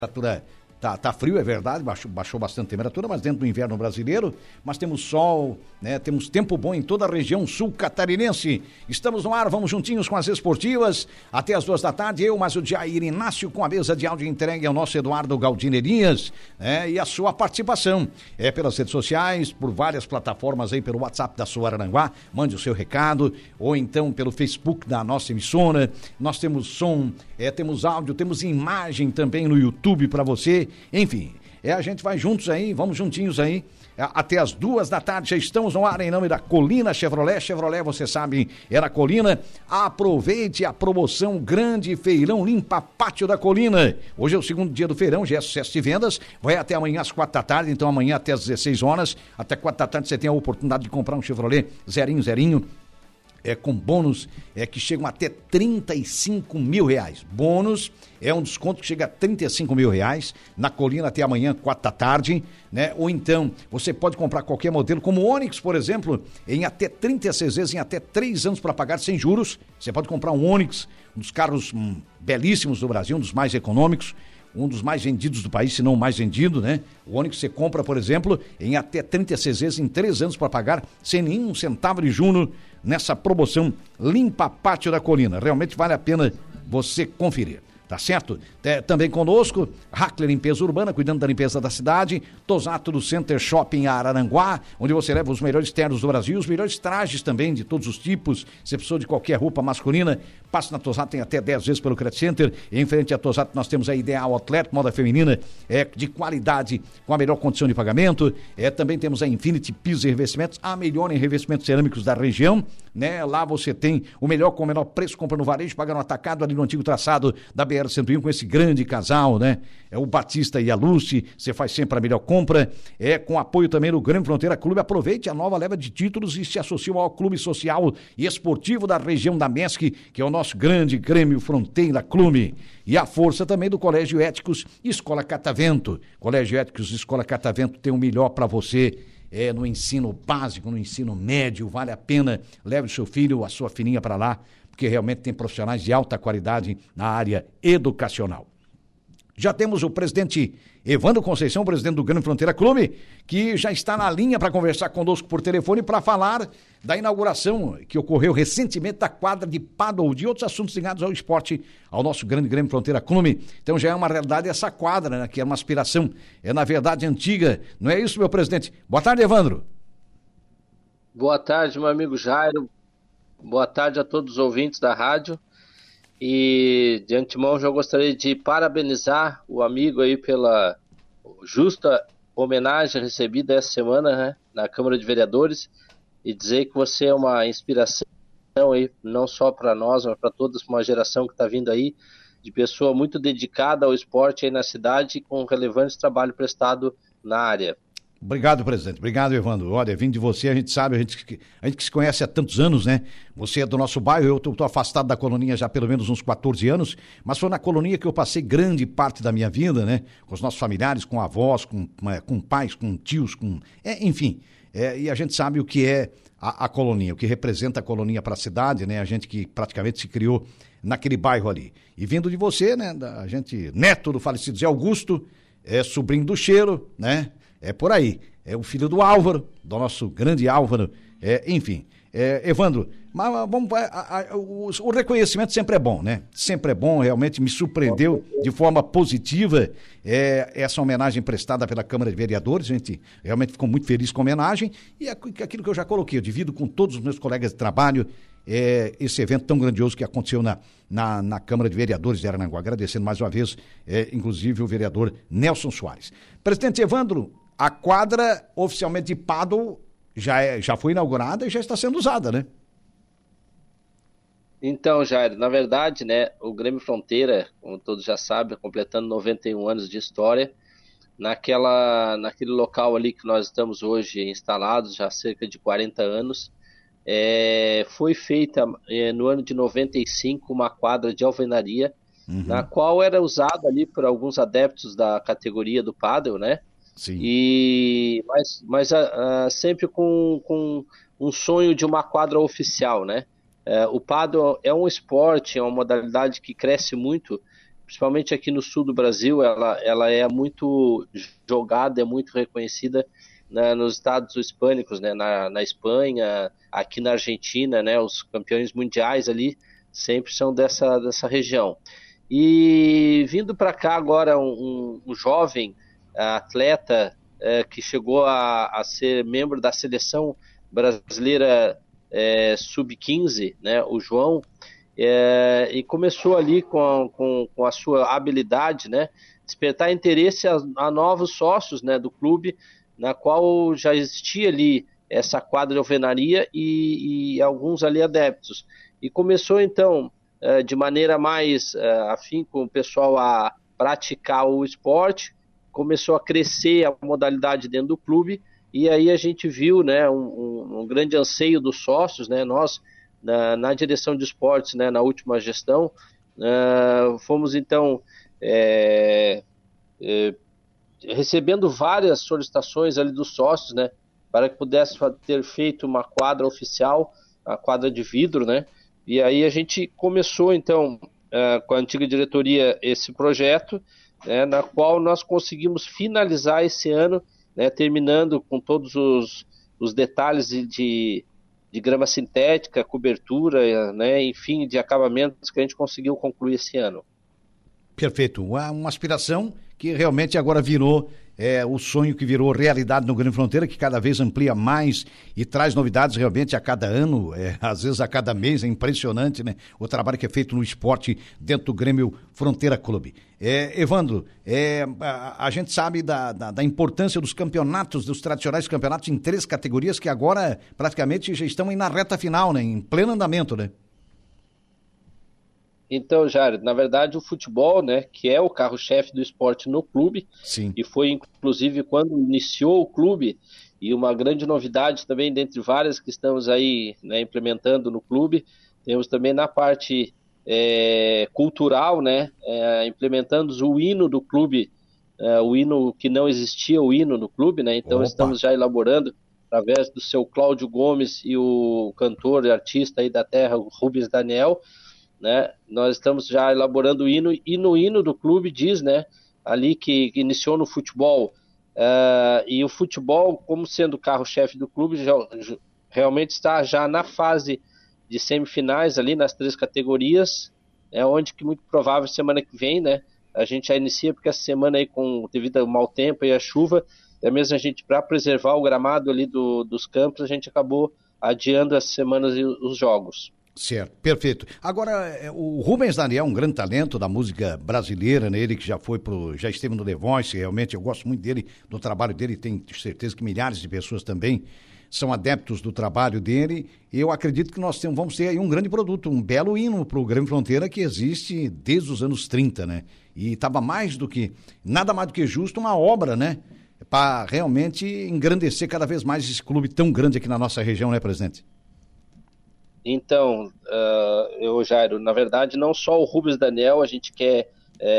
Temperatura tá frio, é verdade, baixou bastante a temperatura, mas dentro do inverno brasileiro, mas temos sol, né? Temos tempo bom em toda a região sul catarinense. Estamos no ar, vamos juntinhos com as esportivas, até as 2 da tarde, eu, mais o Jair Inácio, com a mesa de áudio entregue ao nosso Eduardo Galdinerias, né? E a sua participação pelas redes sociais, por várias plataformas aí, pelo WhatsApp da sua Araranguá, mande o seu recado, ou então pelo Facebook da nossa emissora. Nós temos som, temos áudio, temos imagem também no YouTube para você. Enfim, a gente vai juntos aí, vamos juntinhos aí, até as 2 da tarde, já estamos no ar em nome da Colina Chevrolet. Chevrolet, você sabe, era Colina. Aproveite a promoção Grande Feirão Limpa Pátio da Colina. Hoje é o segundo dia do feirão, já é sucesso de vendas, vai até amanhã às 4 da tarde, então amanhã até às 16 horas, até 4 da tarde você tem a oportunidade de comprar um Chevrolet zerinho, com bônus que chegam até 35 mil reais. Bônus é um desconto que chega a 35 mil reais na Colina até amanhã, 4 da tarde, né? Ou então, você pode comprar qualquer modelo, como o Onix, por exemplo, em até 36 vezes, em até 3 anos para pagar sem juros. Você pode comprar um Onix, um dos carros belíssimos do Brasil, um dos mais econômicos, um dos mais vendidos do país, se não o mais vendido, né? O Onix você compra, por exemplo, em até 36 vezes, em 3 anos para pagar sem nenhum centavo de juro nessa promoção Limpa Pátio da Colina. Realmente vale a pena você conferir. Tá certo? Também conosco, Hackler Limpeza Urbana, cuidando da limpeza da cidade, Tosato do Center Shopping Araranguá, onde você leva os melhores ternos do Brasil, os melhores trajes também, de todos os tipos. Se precisou de qualquer roupa masculina, passe na Tosato, tem até 10 vezes pelo Credit Center. Em frente à Tosato nós temos a Ideal Outlet, moda feminina, de qualidade, com a melhor condição de pagamento. Também temos a Infinity Pisos e Revestimentos, a melhor em revestimentos cerâmicos da região, né? Lá você tem o melhor com o menor preço, compra no varejo, paga no atacado, ali no antigo traçado da BR-101, com esse grande casal, né? O Batista e a Lucy, você faz sempre a melhor compra, com apoio também do Grêmio Fronteira Clube. Aproveite a nova leva de títulos e se associe ao Clube Social e Esportivo da região da MESC, que é o nosso grande Grêmio Fronteira Clube. E a força também do Colégio Éticos e Escola Catavento. Colégio Éticos e Escola Catavento tem o melhor para você, no ensino básico, no ensino médio. Vale a pena, leve o seu filho, a sua filhinha para lá, porque realmente tem profissionais de alta qualidade na área educacional. Já temos o presidente Evandro Conceição, presidente do Grêmio Fronteira Clube, que já está na linha para conversar conosco por telefone para falar da inauguração que ocorreu recentemente da quadra de pádel, de outros assuntos ligados ao esporte, ao nosso grande Grêmio Fronteira Clube. Então já é uma realidade essa quadra, né, que é uma aspiração, na verdade antiga. Não é isso, meu presidente? Boa tarde, Evandro. Boa tarde, meu amigo Jairo. Boa tarde a todos os ouvintes da rádio. E de antemão já gostaria de parabenizar o amigo aí pela justa homenagem recebida essa semana, né, na Câmara de Vereadores, e dizer que você é uma inspiração aí, não só para nós, mas para toda uma geração que está vindo aí, de pessoa muito dedicada ao esporte aí na cidade, com relevante trabalho prestado na área. Obrigado, presidente. Obrigado, Evandro. Olha, vindo de você, a gente sabe, a gente que se conhece há tantos anos, né? Você é do nosso bairro, eu tô afastado da colonia já há pelo menos uns 14 anos, mas foi na colonia que eu passei grande parte da minha vida, né? Com os nossos familiares, com avós, com pais, com tios, enfim. E a gente sabe o que é a colonia, o que representa a colonia para a cidade, né? A gente que praticamente se criou naquele bairro ali. E vindo de você, né? A gente, neto do falecido Zé Augusto, sobrinho do Cheiro, né? Por aí, o filho do Álvaro, do nosso grande Álvaro, enfim. Evandro, mas o reconhecimento sempre é bom, né? Sempre é bom, realmente me surpreendeu de forma positiva essa homenagem prestada pela Câmara de Vereadores. A gente realmente ficou muito feliz com a homenagem e aquilo que eu já coloquei, eu divido com todos os meus colegas de trabalho esse evento tão grandioso que aconteceu na Câmara de Vereadores de Araranguá. Agradecendo mais uma vez, inclusive, o vereador Nelson Soares. Presidente Evandro, a quadra oficialmente de pádel já foi inaugurada e já está sendo usada, né? Então, Jair, na verdade, né, o Grêmio Fronteira, como todos já sabem, completando 91 anos de história, naquele local ali que nós estamos hoje instalados, já há cerca de 40 anos, foi feita no ano de 95 uma quadra de alvenaria, na qual era usada ali por alguns adeptos da categoria do pádel, né? Sim. Mas sempre com um sonho de uma quadra oficial, né? O pádel é um esporte, é uma modalidade que cresce muito, principalmente aqui no sul do Brasil, ela é muito jogada, é muito reconhecida, né, nos estados hispânicos, né, na Espanha, aqui na Argentina, né, os campeões mundiais ali sempre são dessa região. E vindo para cá agora um jovem atleta que chegou a ser membro da seleção brasileira sub-15, né, o João, e começou ali com a sua habilidade, né, despertar interesse a novos sócios, né, do clube, na qual já existia ali essa quadra de alvenaria e alguns ali adeptos. E começou então, de maneira mais afim com o pessoal a praticar o esporte, começou a crescer a modalidade dentro do clube, e aí a gente viu, né, um grande anseio dos sócios, né, nós, na direção de esportes, né, na última gestão, fomos então recebendo várias solicitações ali dos sócios, né, para que pudesse ter feito uma quadra oficial, a quadra de vidro, né, e aí a gente começou então com a antiga diretoria esse projeto, né, na qual nós conseguimos finalizar esse ano, né, terminando com todos os detalhes de grama sintética, cobertura, né, enfim, de acabamentos que a gente conseguiu concluir esse ano. Perfeito, uma aspiração que realmente agora virou o sonho que virou realidade no Grêmio Fronteira, que cada vez amplia mais e traz novidades realmente a cada ano, às vezes a cada mês. É impressionante, né, o trabalho que é feito no esporte dentro do Grêmio Fronteira Clube. Evandro, a gente sabe da importância dos campeonatos, dos tradicionais campeonatos em 3 categorias que agora praticamente já estão na reta final, né, em pleno andamento, né? Então, Jair, na verdade o futebol, né, que é o carro-chefe do esporte no clube, sim, e foi inclusive quando iniciou o clube, e uma grande novidade também, dentre várias que estamos aí, né, implementando no clube, temos também na parte cultural, né, implementando o hino do clube, o hino que não existia, o hino no clube, né, então estamos já elaborando, através do seu Cláudio Gomes e o cantor e artista aí da terra, o Rubens Daniel, né, nós estamos já elaborando o hino, e no hino do clube diz, né, ali que iniciou no futebol, e o futebol, como sendo o carro-chefe do clube, realmente está já na fase de semifinais ali nas 3 categorias, onde que muito provável semana que vem, né, a gente já inicia, porque essa semana aí, devido ao mau tempo e a chuva, mesmo a gente, para preservar o gramado ali dos campos, a gente acabou adiando as semanas e os jogos. Certo, perfeito. Agora, o Rubens Daniel é um grande talento da música brasileira, né? Ele que já esteve no The Voice, realmente eu gosto muito dele, do trabalho dele, tenho certeza que milhares de pessoas também são adeptos do trabalho dele. Eu acredito que nós vamos ter aí um grande produto, um belo hino para o Grêmio Fronteira, que existe desde os anos 30, né? E estava nada mais do que justo uma obra, né? Para realmente engrandecer cada vez mais esse clube tão grande aqui na nossa região, né, presidente? Então, Jairo, na verdade, não só o Rubens Daniel, a gente quer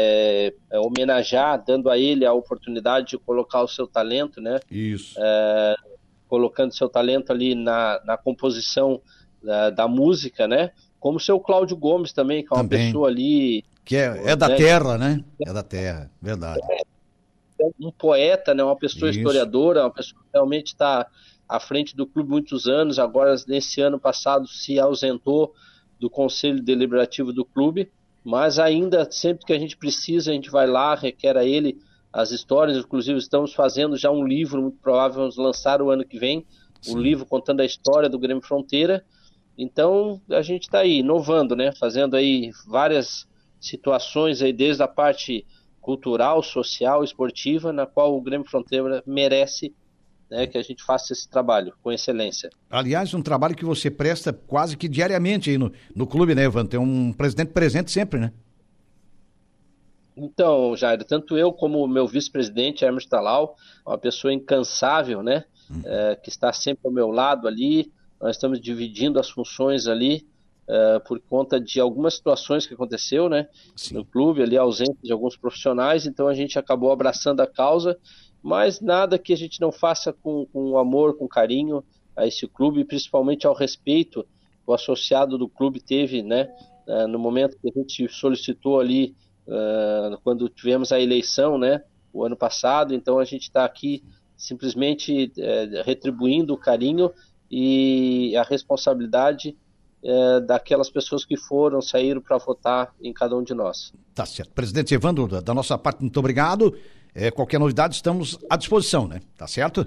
homenagear, dando a ele a oportunidade de colocar o seu talento, né? Isso. Colocando seu talento ali na composição da música, né? Como o seu Cláudio Gomes também, que é uma pessoa ali... Que é da terra, né? É da terra, verdade. Um poeta, né? Uma pessoa Isso. historiadora, uma pessoa que realmente está à frente do clube muitos anos, agora nesse ano passado se ausentou do conselho deliberativo do clube, mas ainda sempre que a gente precisa, a gente vai lá, requer a ele as histórias, inclusive estamos fazendo já um livro, muito provável vamos lançar o ano que vem, um livro contando a história do Grêmio Fronteira. Então a gente está aí inovando, né, fazendo aí várias situações aí, desde a parte cultural, social, esportiva, na qual o Grêmio Fronteira merece, né, que a gente faça esse trabalho com excelência. Aliás, um trabalho que você presta quase que diariamente aí no clube, né, Ivan? Tem um presidente presente sempre, né? Então, Jair, tanto eu como o meu vice-presidente, Hermes Talal, uma pessoa incansável, né, que está sempre ao meu lado ali. Nós estamos dividindo as funções ali por conta de algumas situações que aconteceu, né, no clube, ali a ausência de alguns profissionais, então a gente acabou abraçando a causa, mas nada que a gente não faça com amor, com carinho a esse clube, principalmente ao respeito que o associado do clube teve, né, no momento que a gente solicitou ali quando tivemos a eleição, né, o ano passado. Então a gente está aqui simplesmente retribuindo o carinho e a responsabilidade daquelas pessoas que saíram para votar em cada um de nós. Tá certo. Presidente Evandro, da nossa parte, muito obrigado. Qualquer novidade, estamos à disposição, né? Tá certo?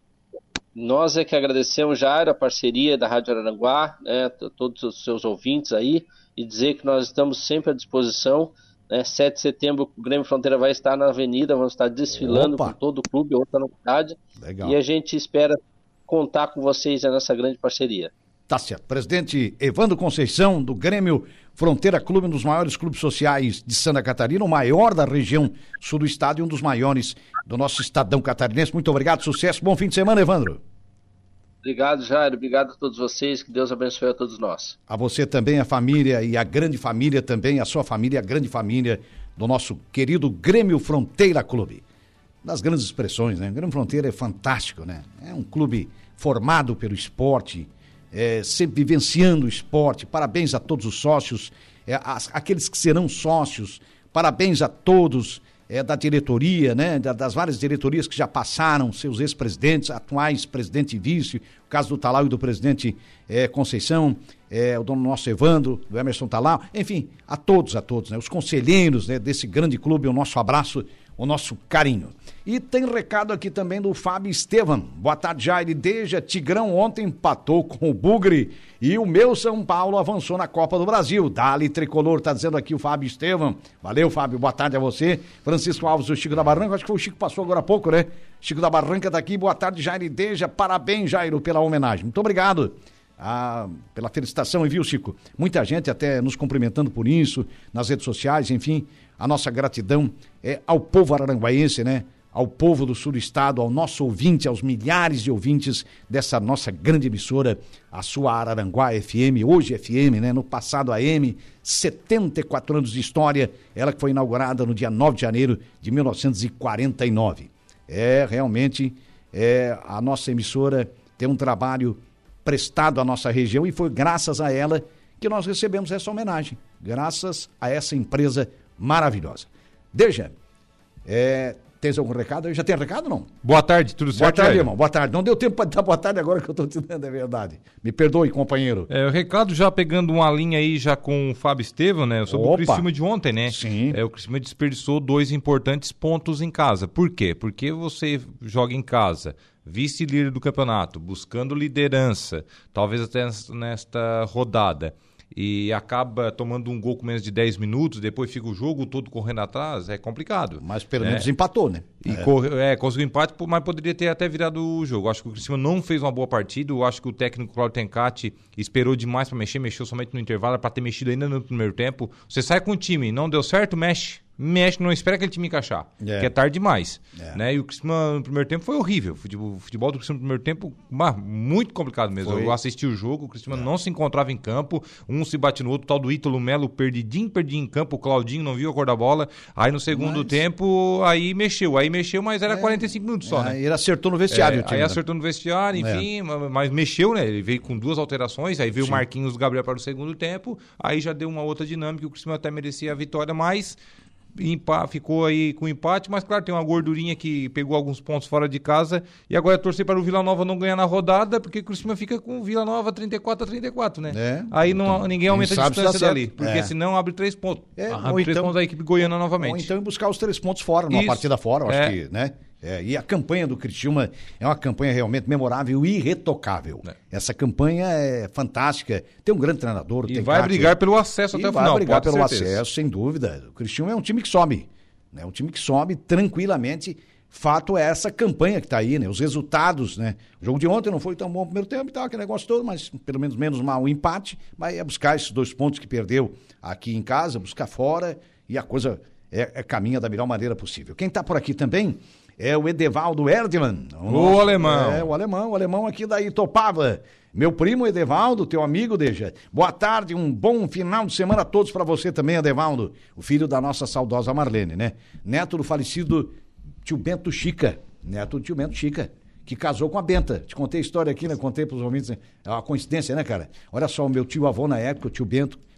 Nós é que agradecemos, Jairo, a parceria da Rádio Araranguá, né, todos os seus ouvintes aí, e dizer que nós estamos sempre à disposição. 7 de setembro o Grêmio Fronteira vai estar na avenida, vamos estar desfilando com todo o clube, outra novidade. Legal. E a gente espera contar com vocês nessa grande parceria. Tá certo. Presidente Evandro Conceição, do Grêmio Fronteira Clube, um dos maiores clubes sociais de Santa Catarina, o maior da região sul do estado e um dos maiores do nosso estadão catarinense. Muito obrigado, sucesso, bom fim de semana, Evandro. Obrigado, Jairo, obrigado a todos vocês, que Deus abençoe a todos nós. A você também, a família e a grande família também, a sua família e a grande família do nosso querido Grêmio Fronteira Clube. Das grandes expressões, né? O Grêmio Fronteira é fantástico, né? É um clube formado pelo esporte, sempre vivenciando o esporte. Parabéns a todos os sócios, aqueles que serão sócios, parabéns a todos da diretoria, né, das várias diretorias que já passaram, seus ex-presidentes, atuais presidente e vice, o caso do Talau e do presidente Conceição, o dono nosso Evandro, do Emerson Talau, enfim, a todos, né, os conselheiros, né, desse grande clube, o nosso abraço, o nosso carinho. E tem recado aqui também do Fábio Estevam. Boa tarde, Jair. Deja, Tigrão ontem empatou com o Bugre e o meu São Paulo avançou na Copa do Brasil. Dali Tricolor, tá dizendo aqui o Fábio Estevam. Valeu, Fábio, boa tarde a você. Francisco Alves, o Chico da Barranca, acho que foi o Chico que passou agora há pouco, né? Chico da Barranca tá aqui, boa tarde, Jair Deja. Parabéns, Jairo, pela homenagem. Muito obrigado. Pela felicitação, viu, Chico? Muita gente até nos cumprimentando por isso, nas redes sociais, enfim, a nossa gratidão ao povo araranguaense, né? Ao povo do sul do estado, ao nosso ouvinte, aos milhares de ouvintes dessa nossa grande emissora, a sua Araranguá FM, hoje FM, né? No passado AM, 74 anos de história, ela que foi inaugurada no dia 9 de janeiro de 1949. Realmente, a nossa emissora tem um trabalho prestado à nossa região e foi graças a ela que nós recebemos essa homenagem, graças a essa empresa maravilhosa. Deja, tens algum recado? Já tem recado ou não? Boa tarde, tudo certo? Boa tarde, irmão, boa tarde. Não deu tempo para dar boa tarde agora que eu estou te dando, é verdade. Me perdoe, companheiro. O recado já pegando uma linha aí já com o Fábio Estevam, né? Sobre o Criciúma de ontem, né? Sim. O Criciúma desperdiçou 2 importantes pontos em casa. Por quê? Porque você joga em casa, vice-líder do campeonato, buscando liderança, talvez até nesta rodada, e acaba tomando um gol com menos de 10 minutos, depois fica o jogo todo correndo atrás, é complicado. Mas pelo menos empatou, né? Conseguiu empate, mas poderia ter até virado o jogo. Acho que o Criciúma não fez uma boa partida, eu acho que o técnico Cláudio Tencati esperou demais para mexeu somente no intervalo, para ter mexido ainda no primeiro tempo. Você sai com o time, não deu certo, mexe, não espera aquele time encaixar, que é tarde demais. Né? E o Criciúma no primeiro tempo foi horrível. O futebol do Criciúma no primeiro tempo, muito complicado mesmo. Eu assisti o jogo, o Criciúma não se encontrava em campo, um se bate no outro, o tal do Ítalo Melo perdidinho em campo, o Claudinho não viu a cor da bola. Aí no segundo tempo, aí mexeu, mas era 45 minutos só, né? Ele acertou no vestiário. Aí acertou no vestiário, enfim, mas mexeu, né? Ele veio com 2 alterações, aí veio o Marquinhos Gabriel para o segundo tempo, aí já deu uma outra dinâmica, o Criciúma até merecia a vitória, mas ficou aí com empate, mas claro, tem uma gordurinha que pegou alguns pontos fora de casa e agora é torcer para o Vila Nova não ganhar na rodada, porque o Criciúma fica com o Vila Nova 34-34, né? Aí ninguém aumenta a distância dali, porque senão abre 3 pontos. Abre 3 pontos da equipe goiana novamente. Ou então ir buscar os 3 pontos fora, numa partida fora, eu acho que, né? E a campanha do Criciúma é uma campanha realmente memorável e irretocável. Essa campanha é fantástica. Tem um grande treinador. E vai brigar pelo acesso até o final. Vai brigar pelo acesso, sem dúvida. O Criciúma é um time que sobe. Né? Um time que sobe tranquilamente. Fato é essa campanha que está aí, né? Os resultados, né? O jogo de ontem não foi tão bom no primeiro tempo e tal, aquele negócio todo, mas pelo menos mal o empate. Mas é buscar esses 2 pontos que perdeu aqui em casa, buscar fora e a coisa caminha da melhor maneira possível. Quem está por aqui também é o Edevaldo Erdmann. O alemão. O alemão aqui da Itopava. Meu primo Edevaldo, teu amigo, Deja. Boa tarde, um bom final de semana a todos para você também, Edevaldo. O filho da nossa saudosa Marlene, né? Neto do falecido tio Bento Chica. Que casou com a Benta. Te contei a história aqui, né? Contei pros ouvintes. É uma coincidência, né, cara? Olha só, o meu tio avô na época, o tio Bento,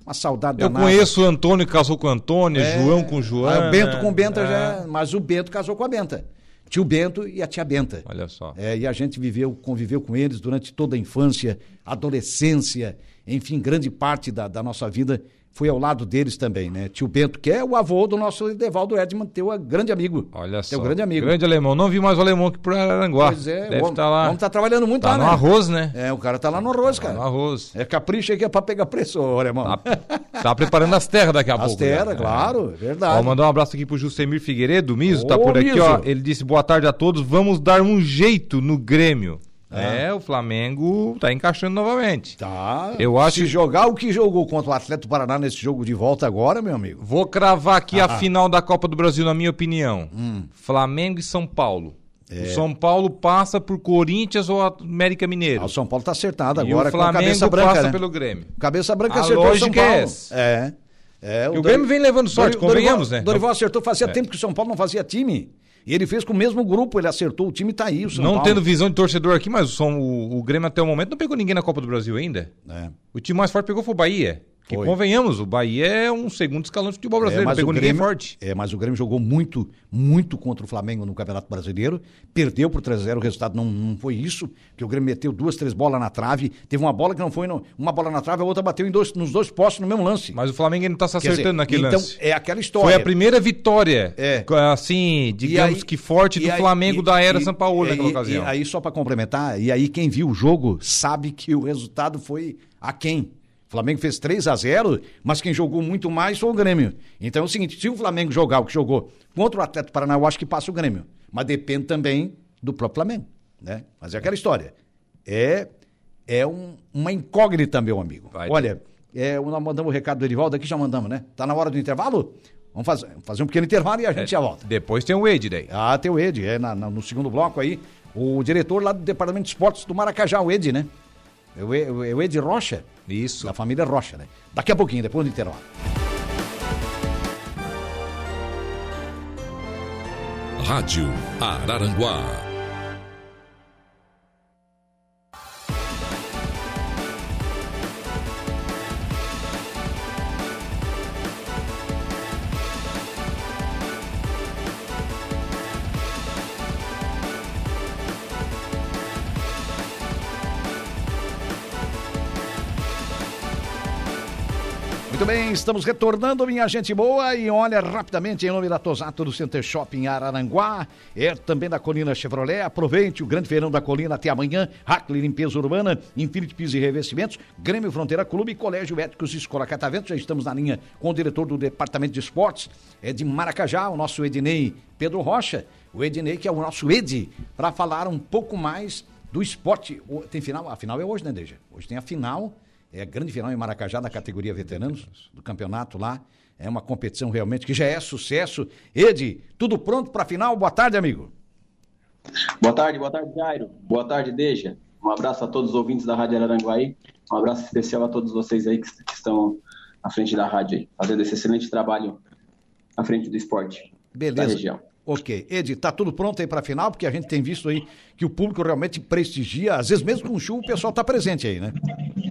Uma saudade Eu danada. conheço o Antônio que casou com o Antônio, João com o João. O Bento com Benta já, mas o Bento casou com a Benta. Tio Bento e a tia Benta. Olha só. E a gente conviveu com eles durante toda a infância, adolescência, enfim, grande parte da nossa vida foi ao lado deles também, né? Tio Bento, que é o avô do nosso Edevaldo Edman, teu grande amigo. Olha só. Teu grande amigo. Grande alemão. Não vi mais o alemão aqui por Araranguá. Pois é, deve estar lá. O homem tá trabalhando muito tá lá, no né? arroz, né? O cara tá lá no arroz, cara. Tá no arroz. Capricha aqui é pra pegar preço, ô, alemão. Tá preparando as terras daqui a pouco. As terras, claro, verdade. Ó, mandar um abraço aqui pro Justemir Figueiredo, o Miso, tá Ô, por aqui, Miso. ó. Ele disse, boa tarde a todos, vamos dar um jeito no Grêmio. O Flamengo tá encaixando novamente. Tá. Eu acho... Se jogar o que jogou contra o Atlético do Paraná nesse jogo de volta agora, meu amigo. Vou cravar aqui a final da Copa do Brasil, na minha opinião. Flamengo e São Paulo. O São Paulo passa por Corinthians ou América Mineiro. O São Paulo tá acertado E agora o Flamengo com a cabeça branca, passa né? pelo Grêmio. Cabeça branca A acertou o São lógica Paulo. é essa. O Grêmio vem levando sorte, convenhamos, né? Dorival acertou, fazia tempo que o São Paulo não fazia time. E ele fez com o mesmo grupo, ele acertou, o time tá aí, o São Não Paulo. tendo visão de torcedor aqui, mas o Grêmio até o momento não pegou ninguém na Copa do Brasil ainda. O time mais forte pegou foi o Bahia. Que convenhamos, o Bahia é um segundo escalão de futebol brasileiro, não pegou ninguém forte. Mas o Grêmio jogou muito, muito contra o Flamengo no Campeonato Brasileiro, perdeu por 3-0, o resultado não foi isso, porque o Grêmio meteu 2, 3 bolas na trave, teve uma bola que não foi, uma bola na trave, a outra bateu nos dois postos no mesmo lance. Mas o Flamengo ainda não tá se acertando naquele lance. Então, é aquela história. Foi a primeira vitória, assim, digamos que forte do Flamengo da era São Paulo naquela ocasião. E aí, só para complementar, e aí quem viu o jogo sabe que o resultado foi aquém. O Flamengo fez 3-0, mas quem jogou muito mais foi o Grêmio. Então é o seguinte, se o Flamengo jogar o que jogou contra o Atlético Paraná, eu acho que passa o Grêmio. Mas depende também do próprio Flamengo, né? Mas é aquela história. Uma incógnita, meu amigo. Olha, nós mandamos o recado do Erivaldo aqui, já mandamos, né? Tá na hora do intervalo? Vamos fazer um pequeno intervalo e a gente já volta. Depois tem o Ed daí. Tem o Ed, no segundo bloco aí. O diretor lá do Departamento de Esportes do Maracajá, o Ed, né? O Ed Rocha. Isso. Da família Rocha, né? Daqui a pouquinho, depois do intervalo. Rádio Araranguá. Muito bem, estamos retornando, minha gente boa, e olha, rapidamente, em nome da Tosato do Center Shopping Araranguá, também da Colina Chevrolet, aproveite o grande feirão da Colina até amanhã, Hackley Limpeza Urbana, Infinity Pisos e Revestimentos, Grêmio Fronteira Clube, Colégio Éticos e Escola Catavento, já estamos na linha com o diretor do Departamento de Esportes, de Maracajá, o nosso Ednei Pedro Rocha, o Ednei que é o nosso Ed, para falar um pouco mais do esporte. Tem final? A final é hoje, né, Deja? Hoje tem a final. A grande final em Maracajá, na categoria veteranos, do campeonato lá. É uma competição realmente que já é sucesso. Ed, tudo pronto para a final? Boa tarde, amigo. Boa tarde, Jairo. Boa tarde, Deja. Um abraço a todos os ouvintes da Rádio Araranguá. Um abraço especial a todos vocês aí que estão à frente da rádio aí, fazendo esse excelente trabalho à frente do esporte. Beleza. Da região. Ok. Ed, tá tudo pronto aí para a final? Porque a gente tem visto aí que o público realmente prestigia. Às vezes mesmo com chuva o pessoal tá presente aí, né?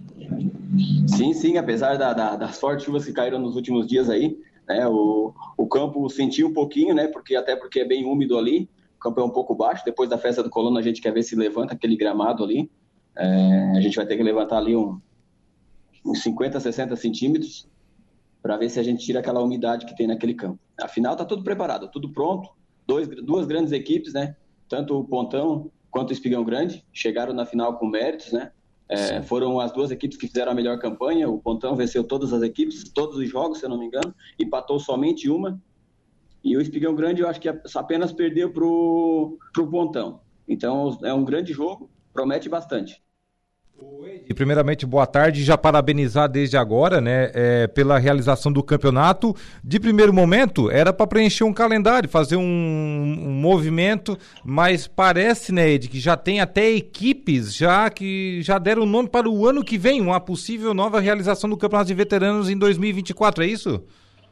Sim, apesar das fortes chuvas que caíram nos últimos dias aí, né, o campo sentiu um pouquinho, né, porque é bem úmido ali, o campo é um pouco baixo, depois da festa do Colono a gente quer ver se levanta aquele gramado ali, a gente vai ter que levantar ali uns 50, 60 centímetros, para ver se a gente tira aquela umidade que tem naquele campo. Afinal, tá tudo preparado, tudo pronto, duas grandes equipes, né, tanto o Pontão quanto o Espigão Grande, chegaram na final com méritos, né, foram as duas equipes que fizeram a melhor campanha. O Pontão venceu todas as equipes, todos os jogos, se eu não me engano, empatou somente uma. E o Espigão Grande, eu acho que apenas perdeu pro Pontão. Então, é um grande jogo, promete bastante. E primeiramente, boa tarde, já parabenizar desde agora, né, pela realização do campeonato. De primeiro momento, era para preencher um calendário, fazer um movimento, mas parece, né, Ed, que já tem até equipes que já deram o nome para o ano que vem, uma possível nova realização do Campeonato de Veteranos em 2024, é isso?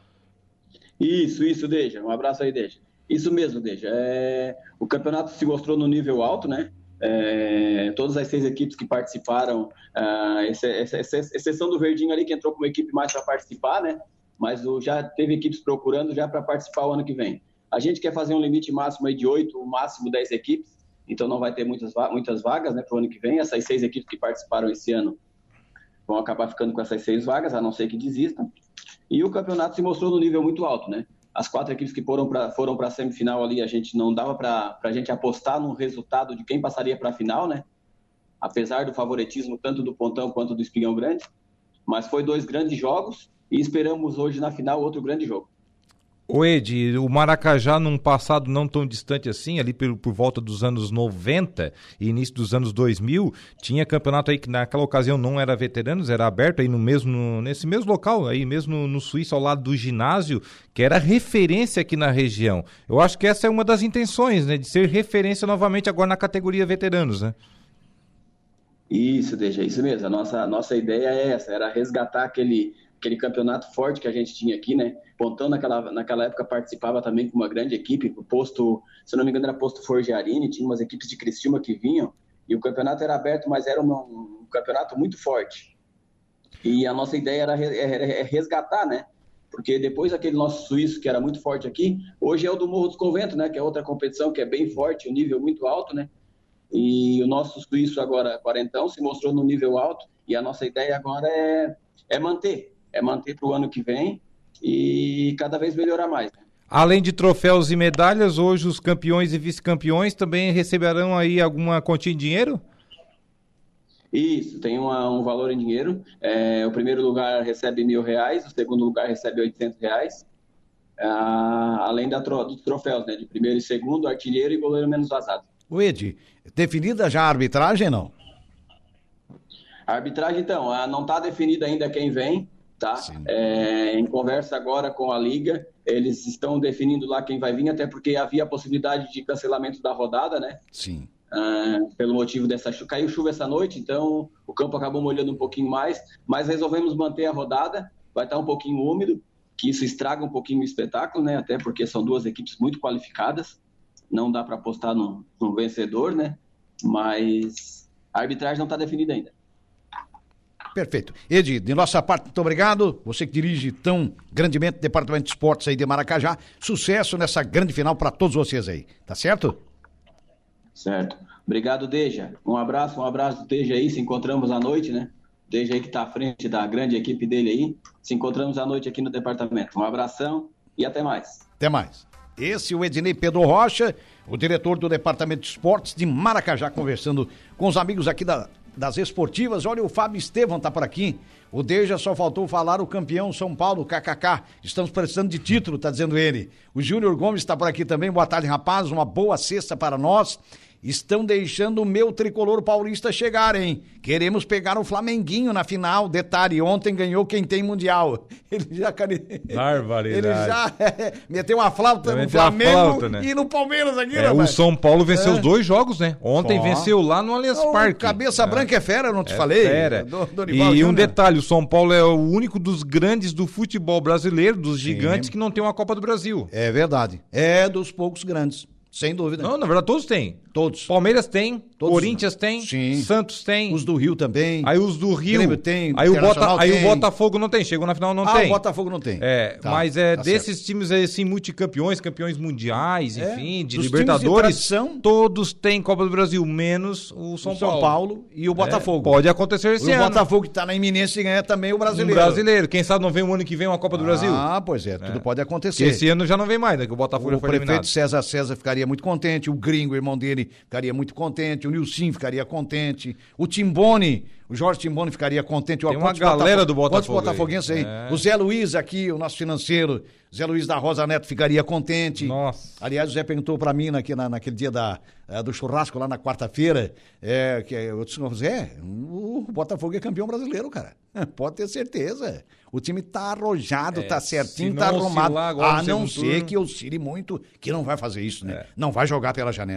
Isso, Deja, um abraço aí, Deja. Isso mesmo, Deja, o campeonato se mostrou no nível alto, né? Todas as 6 equipes que participaram, exceção do Verdinho ali, que entrou como equipe mais para participar, né? Mas já teve equipes procurando já para participar o ano que vem. A gente quer fazer um limite máximo aí de 8, o máximo 10 equipes, então não vai ter muitas vagas, né, para o ano que vem. Essas 6 equipes que participaram esse ano vão acabar ficando com essas 6 vagas, a não ser que desistam. E o campeonato se mostrou no nível muito alto, né? As 4 equipes que foram para a semifinal ali, a gente não dava para a gente apostar no resultado de quem passaria para a final, né? Apesar do favoritismo tanto do Pontão quanto do Espigão Grande. Mas foi 2 grandes jogos e esperamos hoje na final outro grande jogo. Ô Ed, o Maracajá num passado não tão distante assim, ali por volta dos anos 90 e início dos anos 2000, tinha campeonato aí que naquela ocasião não era veteranos, era aberto aí nesse mesmo local, aí mesmo no Suíço, ao lado do ginásio, que era referência aqui na região. Eu acho que essa é uma das intenções, né, de ser referência novamente agora na categoria veteranos, né? Isso, deixa, isso mesmo. A nossa ideia é essa, era resgatar aquele campeonato forte que a gente tinha aqui, né? Pontão naquela época participava também com uma grande equipe, o posto, se eu não me engano era posto Forgiarini, tinha umas equipes de Criciúma que vinham, e o campeonato era aberto, mas era um campeonato muito forte. E a nossa ideia era resgatar, né? Porque depois daquele nosso suíço que era muito forte aqui, hoje é o do Morro dos Conventos, né? Que é outra competição que é bem forte, um nível muito alto, né? E o nosso suíço agora, quarentão, se mostrou no nível alto, e a nossa ideia agora é manter para o ano que vem e cada vez melhorar mais. Além de troféus e medalhas, hoje os campeões e vice-campeões também receberão aí alguma quantia em dinheiro? Isso, tem um valor em dinheiro. O primeiro lugar recebe R$1.000, o segundo lugar recebe R$800, além dos troféus, né, de primeiro e segundo, artilheiro e goleiro menos vazado. O Ed, definida já a arbitragem, não? A arbitragem, então, não está definida ainda quem vem, tá? Em conversa agora com a Liga, eles estão definindo lá quem vai vir, até porque havia a possibilidade de cancelamento da rodada, né? Sim. Pelo motivo dessa chuva. Caiu chuva essa noite, então o campo acabou molhando um pouquinho mais, mas resolvemos manter a rodada, vai estar um pouquinho úmido, que isso estraga um pouquinho o espetáculo, né? Até porque são 2 equipes muito qualificadas, não dá para apostar no vencedor, né? Mas a arbitragem não está definida ainda. Perfeito. Ed, de nossa parte, muito obrigado. Você que dirige tão grandemente o Departamento de Esportes aí de Maracajá. Sucesso nessa grande final para todos vocês aí. Tá certo? Certo. Obrigado, Deja. Um abraço do Deja aí. Se encontramos à noite, né? Deja aí que está à frente da grande equipe dele aí. Se encontramos à noite aqui no departamento. Um abração e até mais. Até mais. Esse é o Ednei Pedro Rocha, o diretor do Departamento de Esportes de Maracajá, conversando com os amigos aqui das esportivas. Olha, o Fábio Estevão tá por aqui. O Deja só faltou falar o campeão São Paulo, KKK. Estamos precisando de título, tá dizendo ele. O Júnior Gomes está por aqui também. Boa tarde, rapaz. Uma boa sexta para nós. Estão deixando o meu tricolor paulista chegar, hein? Queremos pegar o Flamenguinho na final. Detalhe, ontem ganhou quem tem mundial. Ele já... Barbaridade. Ele já meteu uma flauta no Flamengo, né? E no Palmeiras aqui, né? O São Paulo venceu os 2 jogos, né? Ontem venceu lá no Allianz Parque. Cabeça branca é fera, não te falei? Fera. E um detalhe, o São Paulo é o único dos grandes do futebol brasileiro, dos gigantes, que não tem uma Copa do Brasil. É verdade. É dos poucos grandes. Sem dúvida. Não, na verdade todos têm. Todos. Palmeiras tem, todos. Corinthians tem, sim. Santos tem. Os do Rio também. Aí os do Rio. Grêmio tem, aí o Botafogo não tem, chegou na final não tem. O Botafogo não tem. Tá, mas desses certo. Times aí, assim, multicampeões, campeões mundiais, enfim, de dos Libertadores, de tradição, todos têm Copa do Brasil, menos o São Paulo e o Botafogo. Pode acontecer esse ano. O Botafogo que tá na iminência de ganhar também o brasileiro. O brasileiro, quem sabe não vem o ano que vem uma Copa do Brasil. Pois é, tudo pode acontecer. Esse ano já não vem mais, né, que o Botafogo já foi eliminado. O prefeito César ficaria muito contente, o Gringo, irmão dele, ficaria muito contente, o Nilson ficaria contente, o Timboni, o Jorge Timboni ficaria contente. Tem uma galera do Botafogo. Quantos botafoguenses aí? O Zé Luiz aqui, o nosso financeiro, Zé Luiz da Rosa Neto ficaria contente. Nossa. Aliás, o Zé perguntou pra mim naquele dia do churrasco lá na quarta-feira, eu disse, Zé, o Botafogo é campeão brasileiro, cara. Pode ter certeza. O time tá arrojado, tá certinho, tá arrumado. A não ser que oscile muito, que não vai fazer isso, né? Não vai jogar pela janela, não.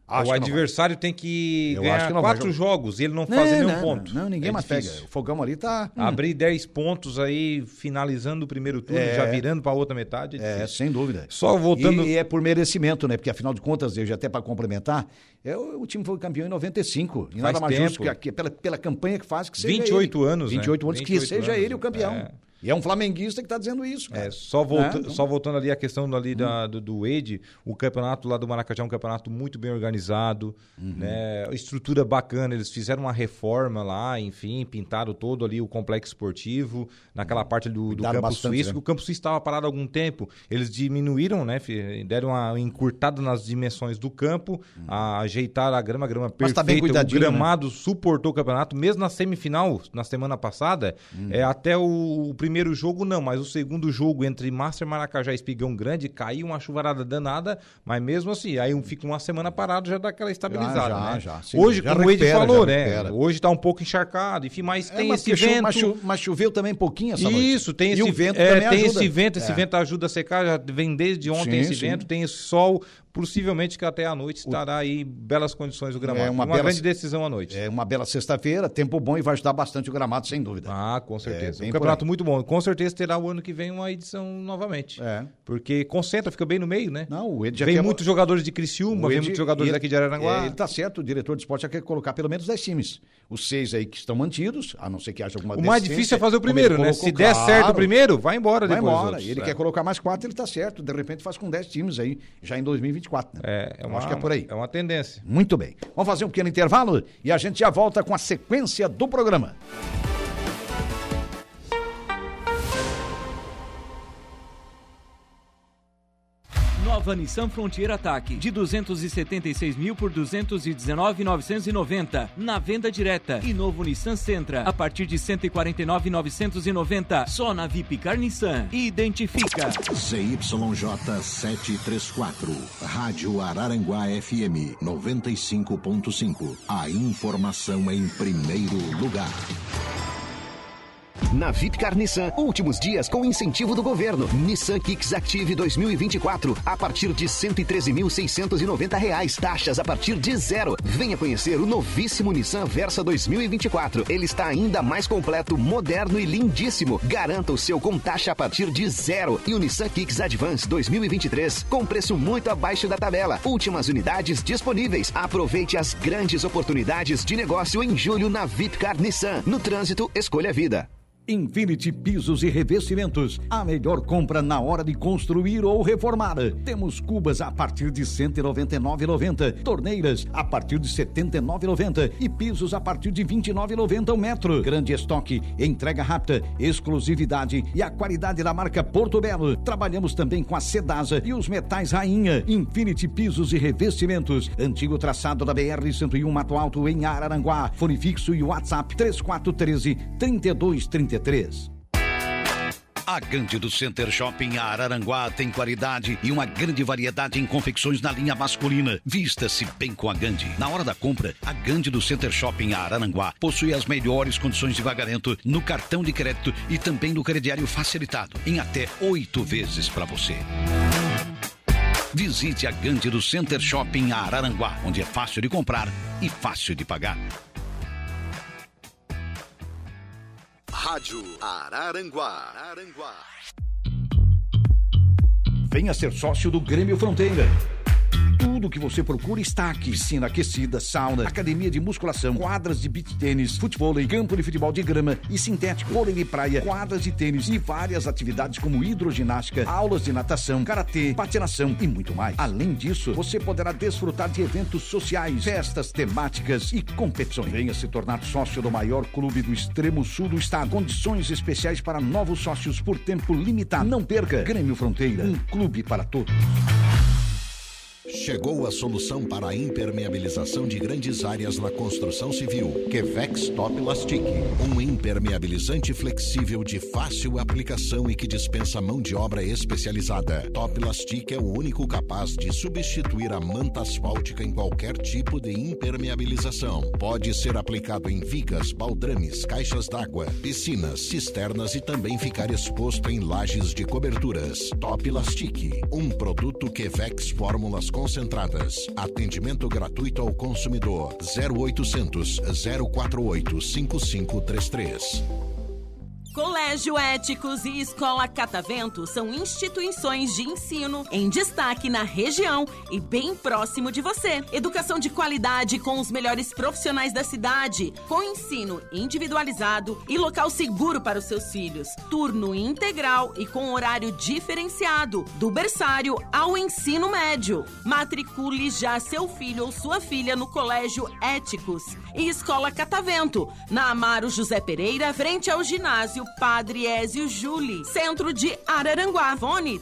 O adversário tem que ganhar 4 jogos e ele não faz nenhum ponto. Não, ninguém mais pega. O Fogão ali tá... Abrir 10 pontos aí, finalizando o primeiro turno, já virando para a outra metade. Sem dúvida. Só voltando... E é por merecimento, né? Porque afinal de contas, eu já até para complementar, o time foi campeão em 95. E nada mais justo que pela campanha que faz, que seja 28 ele. anos, 28 anos, que seja ele o né? campeão. E é um flamenguista que está dizendo isso. Cara. Só voltando ali a questão ali do Wade, o campeonato lá do Maracajá é um campeonato muito bem organizado, né? Estrutura bacana, eles fizeram uma reforma lá, enfim, pintaram todo ali o complexo esportivo, naquela parte do campo suíço, né? O campo suíço estava parado há algum tempo, eles diminuíram, né? Deram uma encurtada nas dimensões do campo, ajeitaram a grama perfeita, tá bem cuidadinho, o gramado, né? Suportou o campeonato, mesmo na semifinal, na semana passada, até o primeiro jogo não, mas o segundo jogo entre Master Maracajá e Espigão Grande caiu uma chuvarada danada, mas mesmo assim, aí fica uma semana parado, já dá aquela estabilizada, Sim, hoje, já como o Ed falou, né? Hoje tá um pouco encharcado, enfim, mas tem esse vento. Mas choveu também pouquinho essa noite. Isso, tem esse vento também ajuda. Esse vento ajuda a secar, já vem desde ontem esse vento, tem esse sol, possivelmente que até à noite estará aí belas condições o gramado. Uma grande decisão à noite. É uma bela sexta-feira, tempo bom e vai ajudar bastante o gramado, sem dúvida. Com certeza. Um campeonato muito bom. Com certeza terá o ano que vem uma edição novamente. Porque concentra, fica bem no meio, né? Não, o Ed já vem muitos jogadores de Criciúma, vem muitos jogadores daqui de Araranguá. Ele tá certo, o diretor de esporte já quer colocar pelo menos 10 times. Os 6 aí que estão mantidos, a não ser que haja alguma O mais difícil é fazer o primeiro, né? Se der certo o primeiro, vai embora depois. Vai embora. Ele quer colocar mais 4, ele tá certo. De repente faz com 10 times aí, já em 2024. Né? Acho que é por aí. É uma tendência. Muito bem. Vamos fazer um pequeno intervalo e a gente já volta com a sequência do programa. Nova Nissan Frontier Attack, de 276 mil por 219.990, na venda direta. E novo Nissan Sentra, a partir de 149.990, só na Vipcar Nissan. Identifica. ZYJ 734, Rádio Araranguá FM 95.5. A informação em primeiro lugar. Na Vipcar Nissan, últimos dias com incentivo do governo. Nissan Kicks Active 2024, a partir de R$ 113.690. Taxas a partir de 0. Venha conhecer o novíssimo Nissan Versa 2024. Ele está ainda mais completo, moderno e lindíssimo. Garanta o seu com taxa a partir de 0. E o Nissan Kicks Advance 2023, com preço muito abaixo da tabela. Últimas unidades disponíveis. Aproveite as grandes oportunidades de negócio em julho na Vipcar Nissan. No trânsito, escolha a vida. Infinity Pisos e Revestimentos, a melhor compra na hora de construir ou reformar. Temos cubas a partir de R$ 199,90, torneiras a partir de R$ 79,90 e pisos a partir de R$ 29,90 o metro. Grande estoque, entrega rápida, exclusividade e a qualidade da marca Porto Belo. Trabalhamos também com a Cedasa e os metais Rainha. Infinity Pisos e Revestimentos, antigo traçado da BR-101 Mato Alto em Araranguá. Fone fixo e WhatsApp 3413-3233. A Gandhi do Center Shopping Araranguá tem qualidade e uma grande variedade em confecções na linha masculina. Vista-se bem com a Gandhi. Na hora da compra, a Gandhi do Center Shopping Araranguá possui as melhores condições de pagamento no cartão de crédito e também no crediário facilitado, em até 8 vezes para você. Visite a Gandhi do Center Shopping Araranguá, onde é fácil de comprar e fácil de pagar. Rádio Araranguá. Venha ser sócio do Grêmio Fronteira. Tudo que você procura está aqui. Piscina aquecida, sauna, academia de musculação, quadras de beach tênis, futebol, campo de futebol de grama e sintético, vôlei de praia, quadras de tênis e várias atividades como hidroginástica, aulas de natação, karatê, patinação e muito mais. Além disso, você poderá desfrutar de eventos sociais, festas temáticas e competições. Venha se tornar sócio do maior clube do extremo sul do estado. Condições especiais para novos sócios por tempo limitado. Não perca. Grêmio Fronteira, um clube para todos. Chegou a solução para a impermeabilização de grandes áreas na construção civil. Quevex Top Lastic. Um impermeabilizante flexível de fácil aplicação e que dispensa mão de obra especializada. Top Lastic é o único capaz de substituir a manta asfáltica em qualquer tipo de impermeabilização. Pode ser aplicado em vigas, baldrames, caixas d'água, piscinas, cisternas e também ficar exposto em lajes de coberturas. Top Lastic. Um produto Quevex Fórmulas Construção Concentradas. Atendimento gratuito ao consumidor. 0800 048 5533. Colégio Éticos e Escola Catavento são instituições de ensino em destaque na região e bem próximo de você. Educação de qualidade com os melhores profissionais da cidade, com ensino individualizado e local seguro para os seus filhos. Turno integral e com horário diferenciado, do berçário ao ensino médio. Matricule já seu filho ou sua filha no Colégio Éticos e Escola Catavento, na Amaro José Pereira, frente ao ginásio Padre Ézio Júli, centro de Araranguá. Fone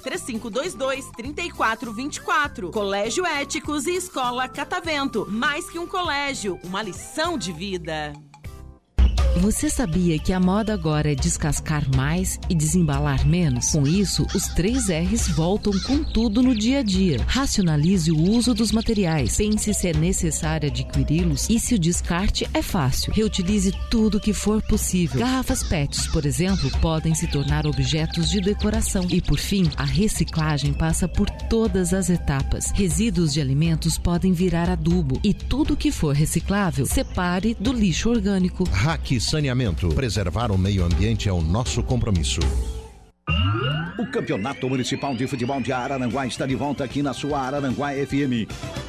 3522-3424. Colégio Éticos e Escola Catavento. Mais que um colégio, uma lição de vida. Você sabia que a moda agora é descascar mais e desembalar menos? Com isso, os 3 R's voltam com tudo no dia a dia. Racionalize o uso dos materiais. Pense se é necessário adquiri-los e se o descarte é fácil. Reutilize tudo que for possível. Garrafas PETs, por exemplo, podem se tornar objetos de decoração. E, por fim, a reciclagem passa por todas as etapas. Resíduos de alimentos podem virar adubo. E tudo que for reciclável, separe do lixo orgânico. Saneamento. Preservar o meio ambiente é o nosso compromisso. O Campeonato Municipal de Futebol de Araranguá está de volta aqui na sua Araranguá FM.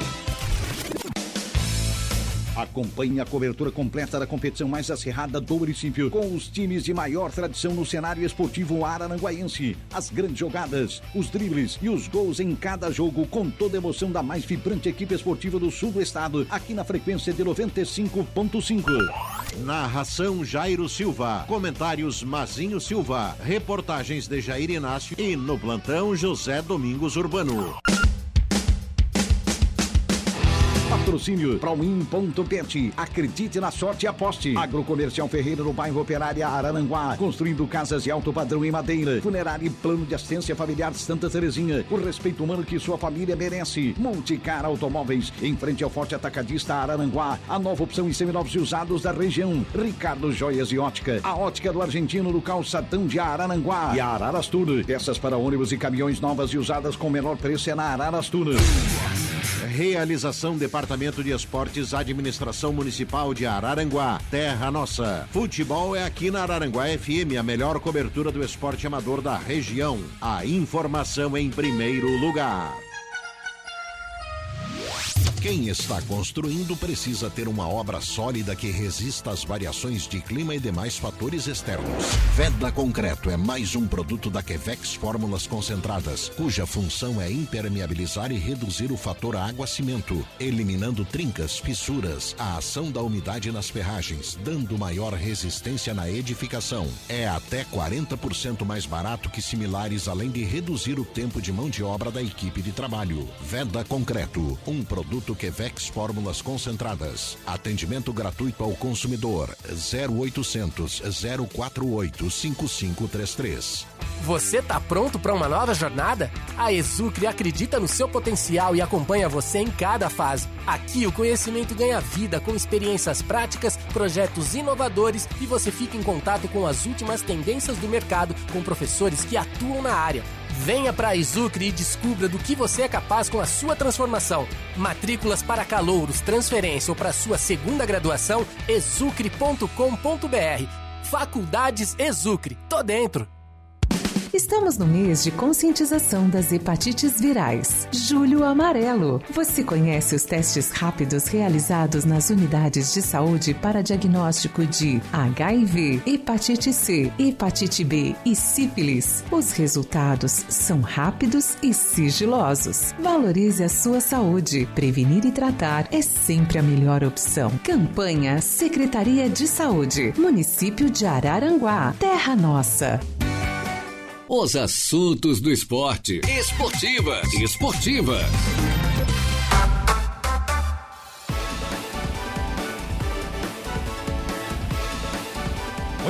Acompanhe a cobertura completa da competição mais acirrada do município, com os times de maior tradição no cenário esportivo araranguaense. As grandes jogadas, os dribles e os gols em cada jogo, com toda a emoção da mais vibrante equipe esportiva do sul do estado, aqui na frequência de 95.5. Narração Jairo Silva, comentários Mazinho Silva, reportagens de Jair Inácio e no plantão José Domingos Urbano. Patrocínio Proin.pet. Acredite na sorte e aposte. Agrocomercial Ferreira no bairro Operária Araranguá. Construindo casas de alto padrão em madeira. Funerária e plano de assistência familiar Santa Terezinha. O respeito humano que sua família merece. Multicar Automóveis. Em frente ao Forte Atacadista Araranguá. A nova opção em seminovos e usados da região. Ricardo Joias e Ótica. A ótica do argentino no calçadão de Araranguá. E a Ararastur. Peças para ônibus e caminhões novas e usadas com menor preço é na Ararastur. Realização Departamento de Esportes, Administração Municipal de Araranguá. Terra Nossa. Futebol é aqui na Araranguá FM, a melhor cobertura do esporte amador da região. A informação em primeiro lugar. Quem está construindo precisa ter uma obra sólida que resista às variações de clima e demais fatores externos. Veda Concreto é mais um produto da Quevex Fórmulas Concentradas, cuja função é impermeabilizar e reduzir o fator água-cimento, eliminando trincas, fissuras, a ação da umidade nas ferragens, dando maior resistência na edificação. É até 40% mais barato que similares, além de reduzir o tempo de mão de obra da equipe de trabalho. Veda Concreto, um produto Quevex Fórmulas Concentradas. Atendimento gratuito ao consumidor. 0800 048 5533. Você tá pronto para uma nova jornada? A Exucre acredita no seu potencial e acompanha você em cada fase. Aqui o conhecimento ganha vida com experiências práticas, projetos inovadores e você fica em contato com as últimas tendências do mercado com professores que atuam na área. Venha para a Exucre e descubra do que você é capaz com a sua transformação. Matrículas para calouros, transferência ou para sua segunda graduação, exucre.com.br. Faculdades Exucre. Tô dentro. Estamos no mês de conscientização das hepatites virais. Julho Amarelo. Você conhece os testes rápidos realizados nas unidades de saúde para diagnóstico de HIV, hepatite C, hepatite B e sífilis. Os resultados são rápidos e sigilosos. Valorize a sua saúde. Prevenir e tratar é sempre a melhor opção. Campanha Secretaria de Saúde. Município de Araranguá. Terra Nossa. Os assuntos do esporte. Esportivas.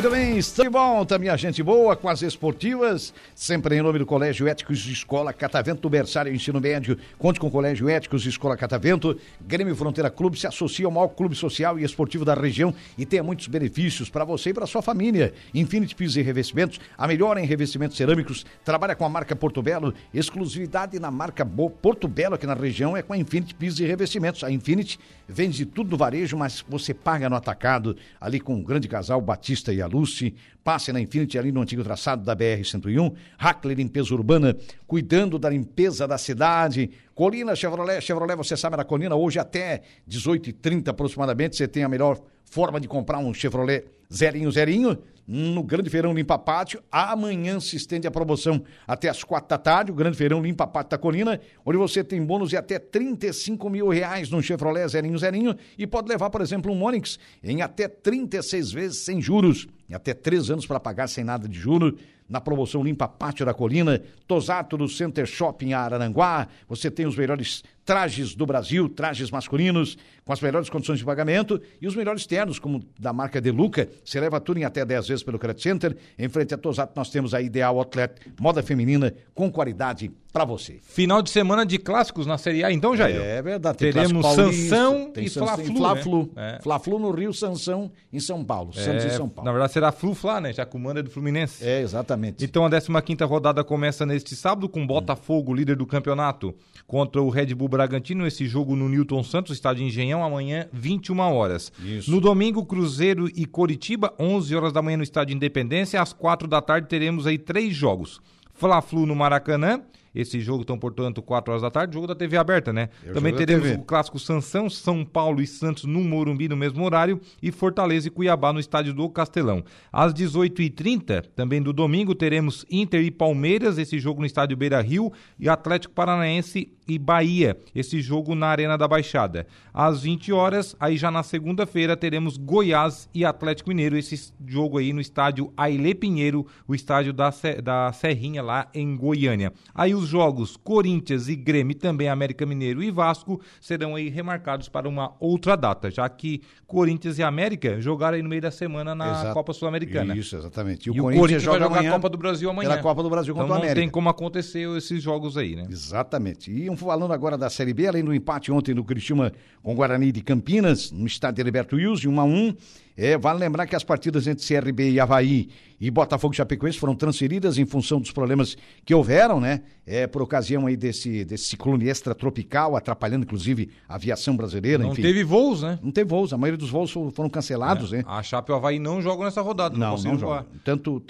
Muito bem, estamos de volta, minha gente boa, com as esportivas, sempre em nome do Colégio Éticos de Escola Catavento, berçário ensino médio, conte com o Colégio Éticos de Escola Catavento, Grêmio Fronteira Clube, se associa ao maior clube social e esportivo da região e tenha muitos benefícios para você e para sua família. Infinity Pisos e Revestimentos, a melhor em revestimentos cerâmicos, trabalha com a marca Porto Belo, exclusividade na marca Porto Belo aqui na região é com a Infinity Pisos e Revestimentos. A Infinity vende tudo no varejo, mas você paga no atacado, ali com o grande casal Batista e a Lucy. Passe na Infinity ali no antigo traçado da BR-101, Hackler Limpeza Urbana, cuidando da limpeza da cidade. Colina Chevrolet, você sabe, na Colina, hoje até 18h30 aproximadamente, você tem a melhor forma de comprar um Chevrolet zerinho, no Grande Feirão Limpa Pátio. Amanhã se estende a promoção até as 4 da tarde, o Grande Feirão Limpa Pátio da Colina, onde você tem bônus de até R$35 mil num Chevrolet zerinho, e pode levar, por exemplo, um Onix em até 36 vezes sem juros, e até 3 anos para pagar sem nada de juros. Na promoção Limpa Pátio da Colina, Tosato do Center Shopping Araranguá, você tem os melhores trajes do Brasil, trajes masculinos, com as melhores condições de pagamento e os melhores ternos, como da marca Deluca. Você leva tudo em até 10 vezes pelo Credit Center. Em frente a Tosato nós temos a Ideal Outlet, moda feminina com qualidade para você. Final de semana de clássicos na Série A, então, Jair? É verdade. Teremos Sansão e Fla-Flu, Fla-Flu. Né? Fla-Flu no Rio, Sansão em São Paulo. Santos em São Paulo. Na verdade será Flu-Fla, né? Já que o mando é do Fluminense. É, exatamente. Então a 15ª rodada começa neste sábado com Botafogo, líder do campeonato, contra o Red Bull Bragantino. Esse jogo no Newton Santos, estádio Engenhão, amanhã 21 horas. Isso. No domingo, Cruzeiro e Coritiba, 11 horas da manhã no estádio Independência. Às 4 da tarde teremos aí 3 jogos. Fla-Flu no Maracanã. Esse jogo, então, portanto, 4 horas da tarde, jogo da TV aberta, né? Também teremos o clássico Sansão, São Paulo e Santos no Morumbi no mesmo horário e Fortaleza e Cuiabá no estádio do Castelão. Às 18h30, também do domingo, teremos Inter e Palmeiras, esse jogo no estádio Beira-Rio, e Atlético Paranaense e Bahia, esse jogo na Arena da Baixada. Às 20 horas, aí já na segunda-feira, teremos Goiás e Atlético Mineiro, esse jogo aí no estádio Ailê Pinheiro, o estádio da Serrinha lá em Goiânia. Aí os jogos Corinthians e Grêmio, também América Mineiro e Vasco, serão aí remarcados para uma outra data, já que Corinthians e América jogaram aí no meio da semana na Copa Sul-Americana. Isso, exatamente. E o Corinthians vai jogar a Copa do Brasil amanhã. Pela Copa do Brasil contra o América. Então não tem como acontecer esses jogos aí, né? Exatamente. E falando agora da Série B, além do empate ontem no Criciúma com o Guarani de Campinas, no estádio Heriberto Wilson, 1-1, vale lembrar que as partidas entre CRB e Avaí e Botafogo e Chapecoense foram transferidas em função dos problemas que houveram, né? Por ocasião aí desse ciclone extratropical, atrapalhando inclusive a aviação brasileira. Não teve voos, né? Não teve voos, a maioria dos voos foram cancelados, né? A Chape e o Avaí não jogam nessa rodada. Não jogam. Tanto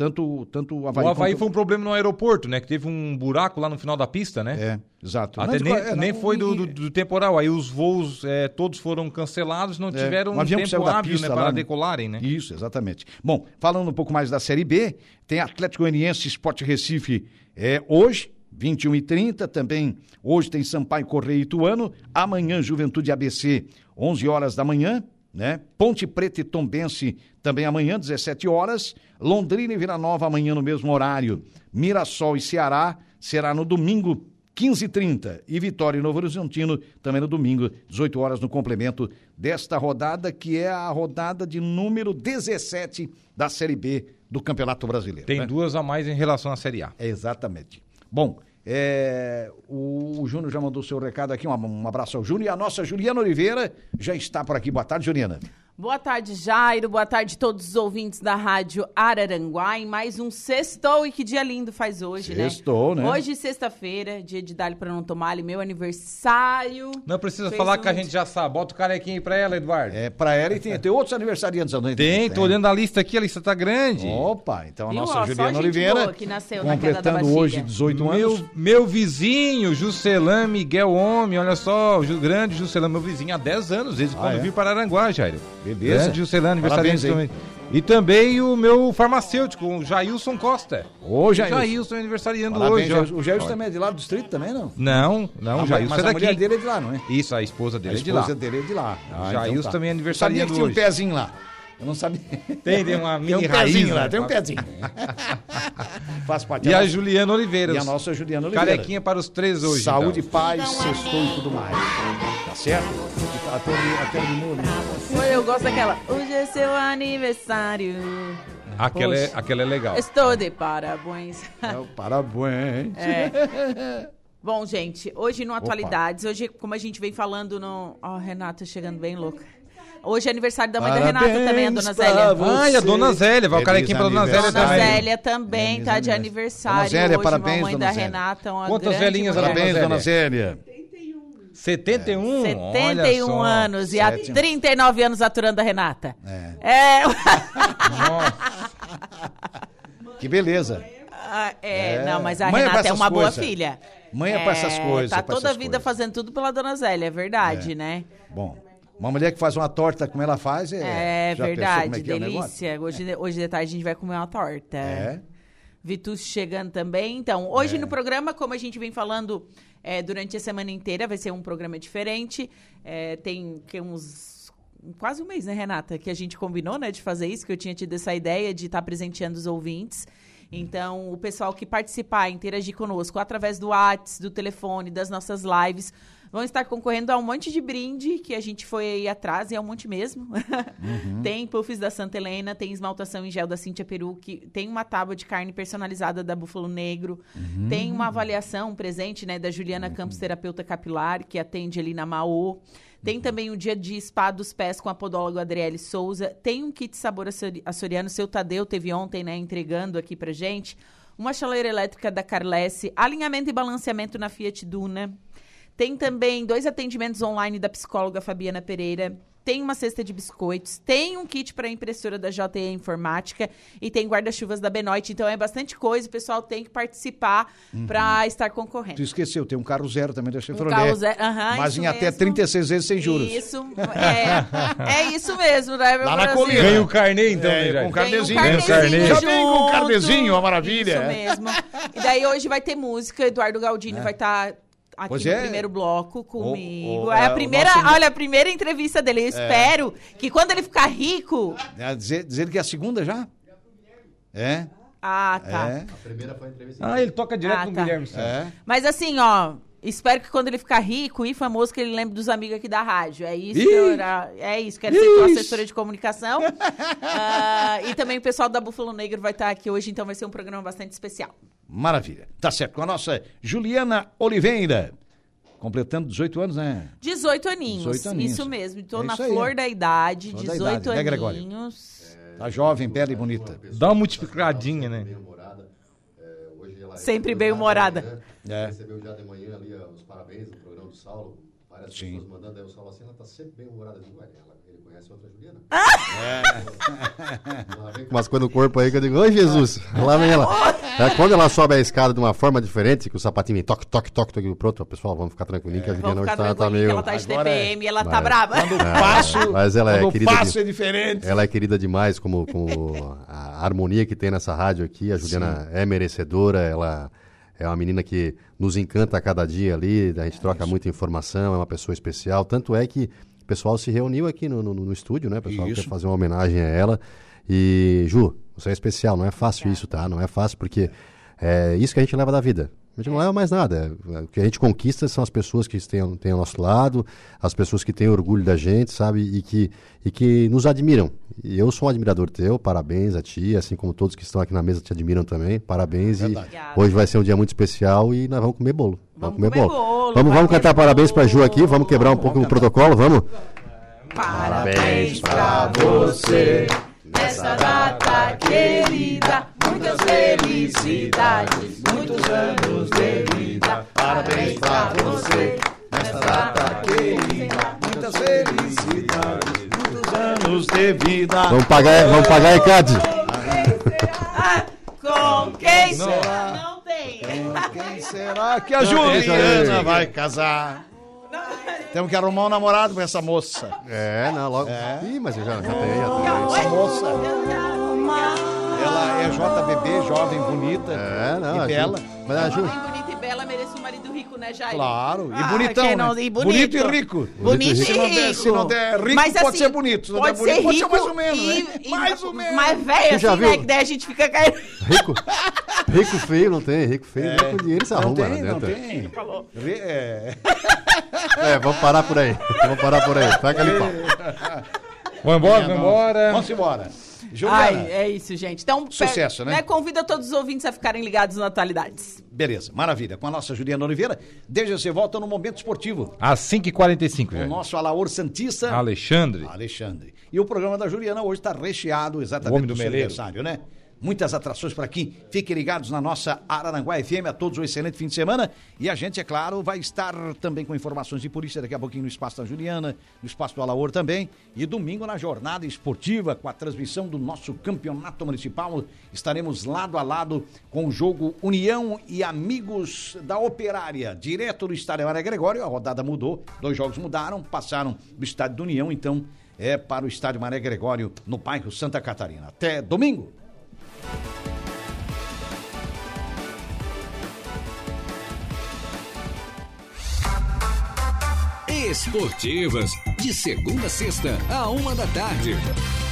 o Avaí. O Avaí foi um problema no aeroporto, né? Que teve um buraco lá no final da pista, né? Exato. Até nem foi do temporal. Aí os voos todos foram cancelados, não tiveram um tempo hábil, né, para decolarem, né? Isso, exatamente. Bom, falando um pouco mais da Série B, tem Atlético Goianiense Sport Recife hoje, 21h30, também hoje tem Sampaio Correia e Ituano, amanhã Juventude ABC, 11 horas da manhã, né? Ponte Preta e Tombense também amanhã, 17 horas, Londrina e Vila Nova amanhã no mesmo horário, Mirassol e Ceará será no domingo, 15h30, e Vitória e Novo Horizontino também no domingo, 18 horas no complemento desta rodada, que é a rodada de número 17 da Série B do Campeonato Brasileiro. Tem 2 a mais em relação à Série A. Exatamente. Bom, o Júnior já mandou seu recado aqui, um abraço ao Júnior, e a nossa Juliana Oliveira já está por aqui. Boa tarde, Juliana. Boa tarde, Jairo. Boa tarde a todos os ouvintes da Rádio Araranguá. Em mais um Sextou, e que dia lindo faz hoje, Sextou, né? Hoje, sexta-feira, dia de Dali pra não tomar, meu aniversário. Não precisa falar que a gente já sabe. Bota o carequinho aí pra ela, Eduardo. Pra ela, e tem outros aniversariantes também. Tô olhando a lista aqui, a lista tá grande. Opa, então a nossa Juliana Oliveira, que nasceu completando hoje 18 anos. Meu vizinho, Juscelan Miguel Homem, olha só, o grande Juscelan, meu vizinho há 10 anos, desde quando vi para Aranguá, Jairo. Beleza. Grande Juscelan, aniversariante também. E também o meu farmacêutico, o Jailson Costa. Ô, Jailson. Jailson aniversariando Parabéns, hoje. O Jailson também é de lá do distrito também, não? Não, o Jailson é daqui. Mas a mulher dele é de lá, não é? Isso, a esposa dele é de lá. A esposa dele é de lá. Jailson então também é aniversariando hoje. Eu sabia que tinha um pezinho lá. Eu não sabia. Tem uma mini raiz lá, tem um pezinho. Faz parte. E a Juliana Oliveira. E a nossa Juliana Oliveira. Carequinha para os 3 hoje. Saúde, então. paz, sextou e tudo mais. Tá certo? Até terminou, né? Eu gosto daquela. Hoje é seu aniversário. Aquela é legal. Estou de parabéns. Parabéns. Bom, gente, hoje no Atualidades, hoje, como a gente vem falando no... Ó, Renata chegando bem louca. Hoje é aniversário da mãe da Renata também, a Dona Zélia. Ai, a Dona Zélia, vai o carequinho pra Dona Zélia também. Dona Zélia também tá de aniversário. Dona Zélia, hoje, parabéns, mamãe Dona da Zélia. Renata, uma Quantas velhinhas mulher. Parabéns, Dona Zélia. 71? 71 anos. E há 39 anos aturando a Renata. Que beleza. Não, mas a Renata é uma boa filha. Mãe é pra essas coisas. Tá toda a vida fazendo tudo pela Dona Zélia, é verdade, né? Bom, uma mulher que faz uma torta como ela faz é já verdade, como é que delícia. Hoje de tarde a gente vai comer uma torta. Vitus chegando também. Então, hoje no programa, como a gente vem falando durante a semana inteira, vai ser um programa diferente. Tem quase um mês, né, Renata? Que a gente combinou, né, de fazer isso, que eu tinha tido essa ideia de estar presenteando os ouvintes. Então, o pessoal que participar, interagir conosco através do WhatsApp, do telefone, das nossas lives, vão estar concorrendo a um monte de brinde que a gente foi aí atrás, e é um monte mesmo. Tem puffs da Santa Helena, tem esmaltação em gel da Cíntia Perucchi, tem uma tábua de carne personalizada da Búfalo Negro, tem uma avaliação, um presente, né, da Juliana Campos, terapeuta capilar, que atende ali na Maô. Tem também o dia de spa dos pés com a podólogo Adriele Souza. Tem um kit sabor açoriano. Seu Tadeu teve ontem, né, entregando aqui pra gente. Uma chaleira elétrica da Carlesse. Alinhamento e balanceamento na Fiat Duna. Tem também 2 atendimentos online da psicóloga Fabiana Pereira. Tem uma cesta de biscoitos. Tem um kit para impressora da JE Informática. E tem guarda-chuvas da Benoit. Então é bastante coisa. O pessoal tem que participar para estar concorrendo. Tu esqueceu, tem um carro zero também da Chevrolet. Carro zero, mas em mesmo. até 36 vezes sem juros. Isso, é isso mesmo, né, meu Lá na Brasil? colina. Ganha o carnê, então, com o carnezinho. Já vem com o carnezinho, uma maravilha. Isso mesmo. E daí hoje vai ter música. Eduardo Galdini vai estar aqui no primeiro bloco comigo. Olha, a primeira entrevista dele. Eu espero que quando ele ficar rico... Dizer que é a segunda já? Ah, tá. A primeira foi a entrevista. Ele toca direto no Guilherme. Mas assim, ó... Espero que quando ele ficar rico e famoso, que ele lembre dos amigos aqui da rádio. É isso quero ser tua assessora de comunicação. E também o pessoal da Búfalo Negro vai estar aqui hoje, então vai ser um programa bastante especial. Maravilha. Tá certo. Com a nossa Juliana Oliveira. Completando 18 anos, né? 18 aninhos. 18 aninhos. Isso mesmo. Estou na flor da idade, 18 aninhos. Tá jovem, bela e bonita. Dá uma multiplicadinha, né? Sempre bem-humorada. Recebeu já de manhã ali os parabéns do programa do Saulo. Várias pessoas mandando. Aí o Saulo assim, ela tá sempre bem-humorada. Ele conhece outra Juliana. Umas coisas no corpo aí que eu digo, oi Jesus, lá vem ela. Quando ela sobe a escada de uma forma diferente, que o sapatinho vem toque, pessoal, vamos ficar tranquilinho que a Juliana hoje tá meio... Ela tá de TPM e ela tá brava. Quando o passo, mas ela é querida, é diferente. Ela é querida demais, como a harmonia que tem nessa rádio aqui. A Juliana é merecedora, ela é uma menina que nos encanta a cada dia ali, a gente troca muita informação, é uma pessoa especial, tanto é que o pessoal se reuniu aqui no estúdio, né? O pessoal quer fazer uma homenagem a ela. E, Ju, você é especial, não é fácil isso, tá? Não é fácil porque é isso que a gente leva da vida. A gente não leva mais nada. O que a gente conquista são as pessoas que têm ao nosso lado, as pessoas que têm orgulho da gente, sabe? E que nos admiram. E eu sou um admirador teu, parabéns a ti, assim como todos que estão aqui na mesa te admiram também, parabéns. E hoje vai ser um dia muito especial e nós vamos comer bolo. Vamos comer bolo. Vamos cantar parabéns pra Ju aqui, vamos quebrar um pouco o protocolo, vamos? Parabéns pra você, nessa data querida, muitas felicidades, muitos anos de vida. Parabéns pra você, nessa data querida, muitas felicidades, muitos anos de vida. Vamos pagar ECAD. Com quem será? Não tem. Com quem será que a Juliana vai casar? Temos que arrumar um namorado com essa moça. Logo. Ih, mas eu já tenho. Essa moça. Ela é JBB, jovem, bonita e bela. Mas a Ju... bonita e bela merece um marido rico, né, Jair? Claro, e bonitão, não, né? E bonito e rico. Bonito e rico. Se não der rico, mas, pode assim, ser bonito. Se não der bonito, pode ser mais ou menos, né? Mais ou menos. Mas, velho, assim, né, que daí a gente fica caindo. Rico feio não tem, rico feio, com dinheiro se arruma. Não tem. Vamos parar por aí. Pega ali, pau. Vamos embora? Vamos embora. Juliana. É isso, gente. Então, sucesso, né? Convida todos os ouvintes a ficarem ligados nas atualidades. Beleza, maravilha. Com a nossa Juliana Oliveira, DGC volta no Momento Esportivo. Às 5h45, o nosso Alaor Santista. Alexandre. E o programa da Juliana hoje está recheado exatamente do seu aniversário, né? Muitas atrações por aqui. Fiquem ligados na nossa Araranguá FM. A todos um excelente fim de semana. E a gente, é claro, vai estar também com informações de polícia daqui a pouquinho no Espaço da Juliana, no Espaço do Alaor também. E domingo na Jornada Esportiva, com a transmissão do nosso campeonato municipal. Estaremos lado a lado com o jogo União e Amigos da Operária, direto do Estádio Maria Gregório. A rodada mudou, 2 jogos mudaram, passaram do Estádio do União, então é para o Estádio Maria Gregório, no bairro Santa Catarina. Até domingo! Esportivas, de segunda a sexta, à 1h da tarde.